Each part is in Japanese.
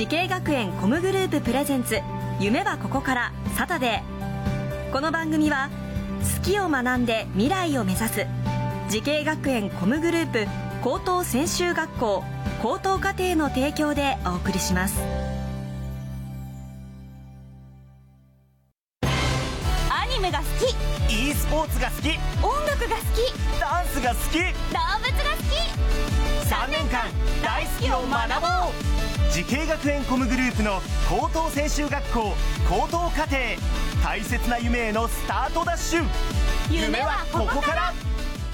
時系学園コムグループプレゼンツ夢はここからサタデー。この番組は好きを学んで未来を目指す時系学園コムグループ高等専修学校高等課程の提供でお送りします。 アニメが好き、 e スポーツが好き、 音楽が好き、 ダンスが好き、 動物が好き。 3年間大好きを学ぼう。時系学園コムグループの高等専修学校高等課程、大切な夢へのスタートダッシュ。夢はここから。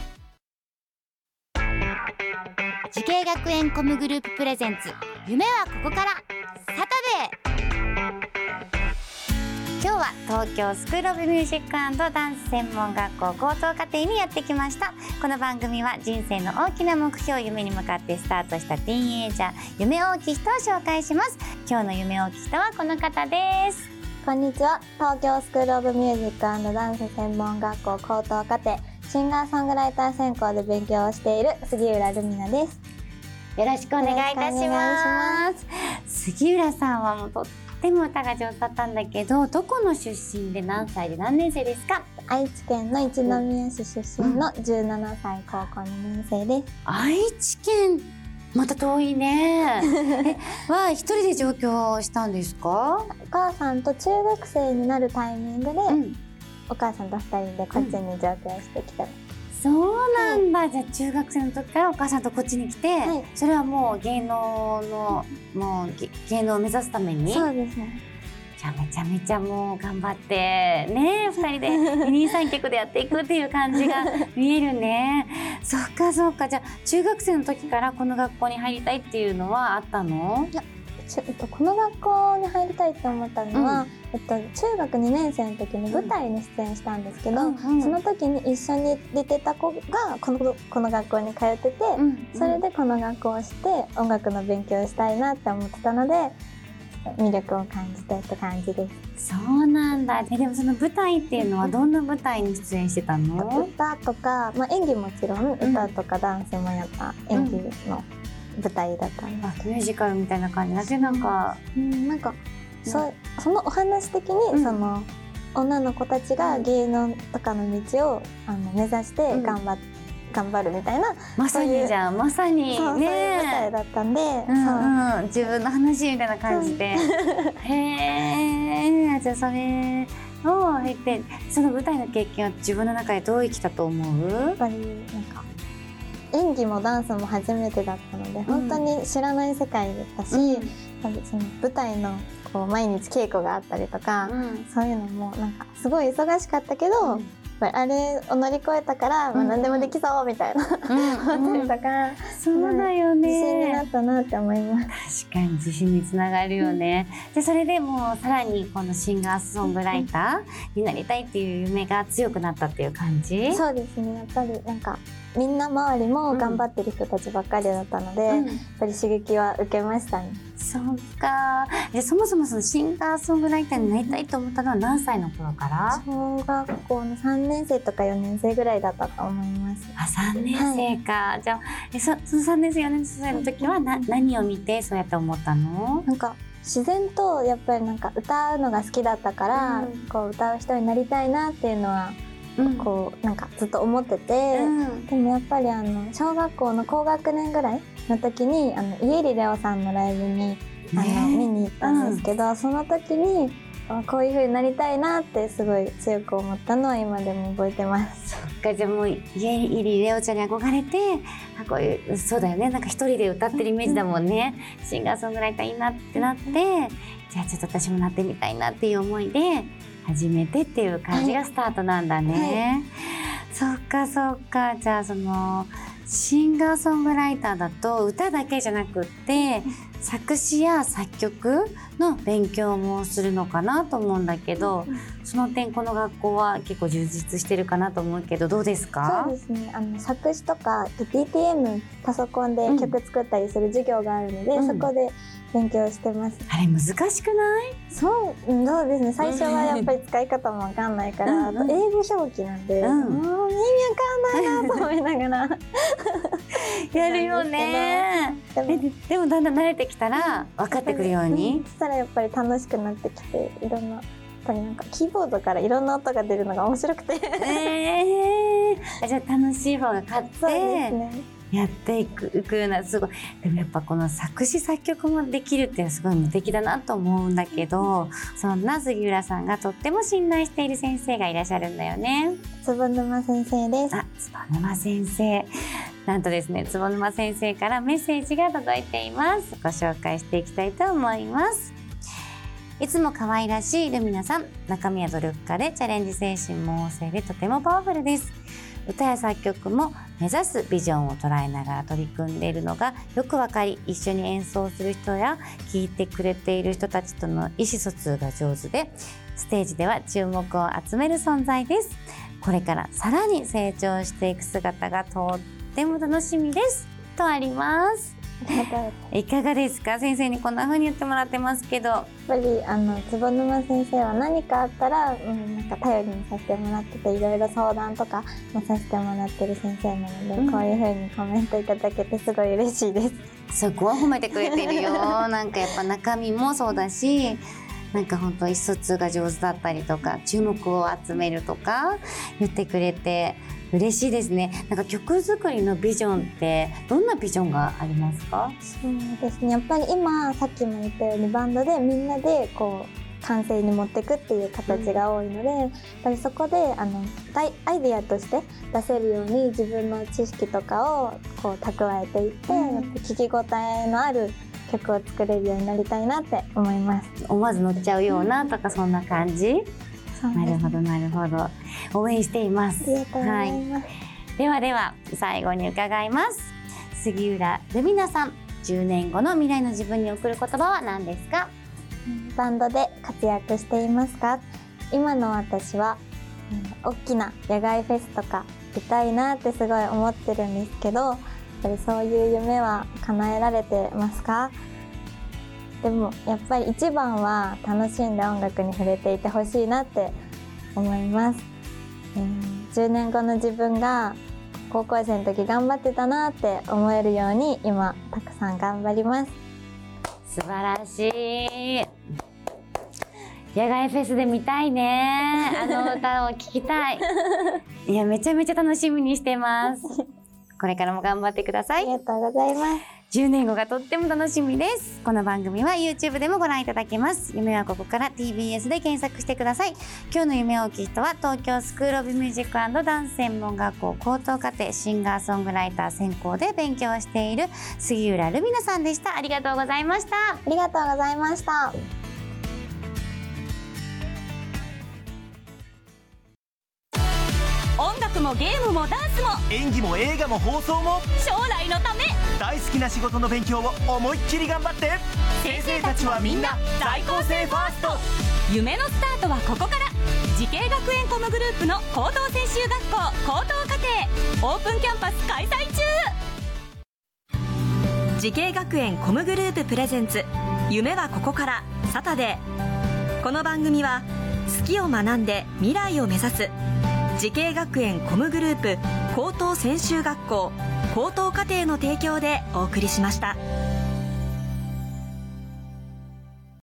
時系学園コムグループプレゼンツ夢はここからサタデー。今日は東京スクールオブミュージック&ダンス専門学校高等課程にやってきました。この番組は人生の大きな目標、夢に向かってスタートしたティーンエイジャー、夢大きい人を紹介します。今日の夢大きい人はこの方です。 こんにちは。東京スクールオブミュージック&ダンス専門学校高等課程シンガーソングライター専攻で勉強をしている杉浦ルミナです。 よろしくお願いいたします。杉浦さんはもうとっても歌が上手だったんだけど、どこの出身で何歳で何年生ですか？ 愛知県の一宮市出身の17歳高校2年生です。 愛知県、また遠いね。は一人で上京したんですか？ お母さんと中学生になるタイミングで、お母さんと2人でこっちに上京してきたの。 そうなんだ、じゃあ中学生の時からお母さんとこっちに来て、それはもう芸能を目指すために。 そうですね。 じゃあめちゃめちゃもう頑張ってね、2人で二人三脚でやっていくっていう感じが見えるね。そっかそっか。じゃあ中学生の時からこの学校に入りたいっていうのはあったの？ いや、この学校に入りたいと思ったのは、中学2年生の時に舞台に出演したんですけど、その時に一緒に出てた子がこの学校に通ってて、それでこの学校をして音楽の勉強をしたいなって思ってたので魅力を感じたって感じです。 そうなんだ。でもその舞台っていうのはどんな舞台に出演してたの？ 歌とか、演技もちろん歌とかダンスもやった演技の舞台だったんです。 ミュージカルみたいな感じだけど、なんかそのお話的に、その女の子たちが芸能とかの道を目指して頑張るみたいな、 まさにじゃん、まさにね、 そういう舞台だったんで、 自分の話みたいな感じでへえ。じゃあそれを経て、その舞台の経験は自分の中でどう生きたと思う？ やっぱりなんか演技もダンスも初めてだったので、本当に知らない世界だったし、その舞台のこう毎日稽古があったりとか、そういうのもなんかすごい忙しかったけど、あれを乗り越えたから、何でもできそうみたいな思ったりとか、 そうだよね、 自信になったなって思います。 確かに自信につながるよね。でそれでもうさらにこのシンガーソングライターになりたいっていう夢が強くなったっていう感じ？そうですね。やっぱりなんかみんな周りも頑張ってる人たちばっかりだったので、やっぱり刺激は受けましたね。 そうか。そもそもそのシンガーソングライターになりたいと思ったのは何歳の頃から？ 小学校の3年生とか4年生ぐらいだったと思います。 3年生か。じゃあその3年生4年生の時は何を見てそうやって思ったの？ なんか自然とやっぱりなんか歌うのが好きだったから、こう歌う人になりたいなっていうのはこうなんかずっと思ってて、でもやっぱり小学校の高学年ぐらいの時に家入レオさんのライブに見に行ったんですけど、その時にこういう風になりたいなってすごい強く思ったのは今でも覚えてます。 そっか。じゃあもう家入レオちゃんに憧れて、こういう、そうだよね、なんか一人で歌ってるイメージだもんね。シンガーソングライターいいなってなって、じゃあちょっと私もなってみたいなっていう思いで始めてっていう感じがスタートなんだね。そっかそっか。じゃあそのシンガーソングライターだと歌だけじゃなくって作詞や作曲の勉強もするのかなと思うんだけど、その点この学校は結構充実してるかなと思うけど、どうですか？ そうですね。作詞とか DTM パソコンで曲作ったりする授業があるので、そこで勉強してます。 あれ難しくない？ そうですね。最初はやっぱり使い方もわかんないから、あと英語表記なんで、もう意味わかんないなと思いながらやるよね。でもだんだん慣れてきたら分かってくるように、 そしたらやっぱり楽しくなってきて、いろんなやっぱりなんかキーボードからいろんな音が出るのが面白くて、 じゃあ楽しい方が勝ってそうですね。 やっていくのはすごい。でもやっぱこの作詞作曲もできるっていうのはすごい無敵だなと思うんだけど、そんな杉浦さんがとっても信頼している先生がいらっしゃるんだよね。 坪沼先生です。 あ、坪沼先生。なんとですね、坪沼先生からメッセージが届いています。ご紹介していきたいと思います。いつも可愛らしいルミナさん、中身は努力家でチャレンジ精神も旺盛でとてもパワフルです。歌や作曲も目指すビジョンを捉えながら取り組んでいるのがよくわかり、一緒に演奏する人や聴いてくれている人たちとの意思疎通が上手で、ステージでは注目を集める存在です。これからさらに成長していく姿がとっても楽しみですとあります。いかがですか？先生にこんな風に言ってもらってますけど、 やっぱり坪沼先生は何かあったら、なんか頼りにさせてもらってて、いろいろ相談とかもさせてもらってる先生なので、こういう風にコメントいただけてすごい嬉しいです。 そこは褒めてくれてるよ。なんかやっぱ中身もそうだし、なんか本当意思疎通が上手だったりとか、注目を集めるとか言ってくれて嬉しいですね。なんか曲作りのビジョンってどんなビジョンがありますか？ そうですね、やっぱり今さっきも言ったようにバンドでみんなでこう完成に持っていくっていう形が多いので、やっぱりそこでアイデアとして出せるように自分の知識とかをこう蓄えていって、やっぱ聞き応えのある曲を作れるようになりたいなって思います。 思わず乗っちゃうようなとか、そんな感じ？なるほどなるほど。応援しています。 ありがとうございます。 では最後に伺います。杉浦ルミナさん、10年後の未来の自分に送る言葉は何ですか？ バンドで活躍していますか？今の私は、大きな野外フェスとか出たいなってすごい思ってるんですけど、やっぱりそういう夢は叶えられてますか？でもやっぱり一番は楽しんで音楽に触れていてほしいなって思います。10年後の自分が高校生の時頑張ってたなって思えるように今たくさん頑張ります。 素晴らしい。野外フェスで見たいね。あの歌を聴きたい。いや、めちゃめちゃ楽しみにしてます。これからも頑張ってください。 ありがとうございます。 10年後がとっても楽しみです。この番組は YouTube でもご覧いただけます。夢はここから TBS で検索してください。今日の夢大きい人は東京スクールオブミュージック&ダンス専門学校高等課程シンガーソングライター専攻で勉強している杉浦ルミナさんでした。ありがとうございました。 ありがとうございました。 音楽もゲームもダンスも演技も映画も放送も将来のため、 大好きな仕事の勉強を思いっきり頑張って。先生たちはみんな在校生ファースト。 夢のスタートはここから。慈恵学園コムグループの高等専修学校高等課程オープンキャンパス開催中。 慈恵学園コムグループプレゼンツ夢はここからサタデー。この番組は好きを学んで未来を目指す慈恵学園コムグループ高等専修学校高等課程の提供でお送りしました。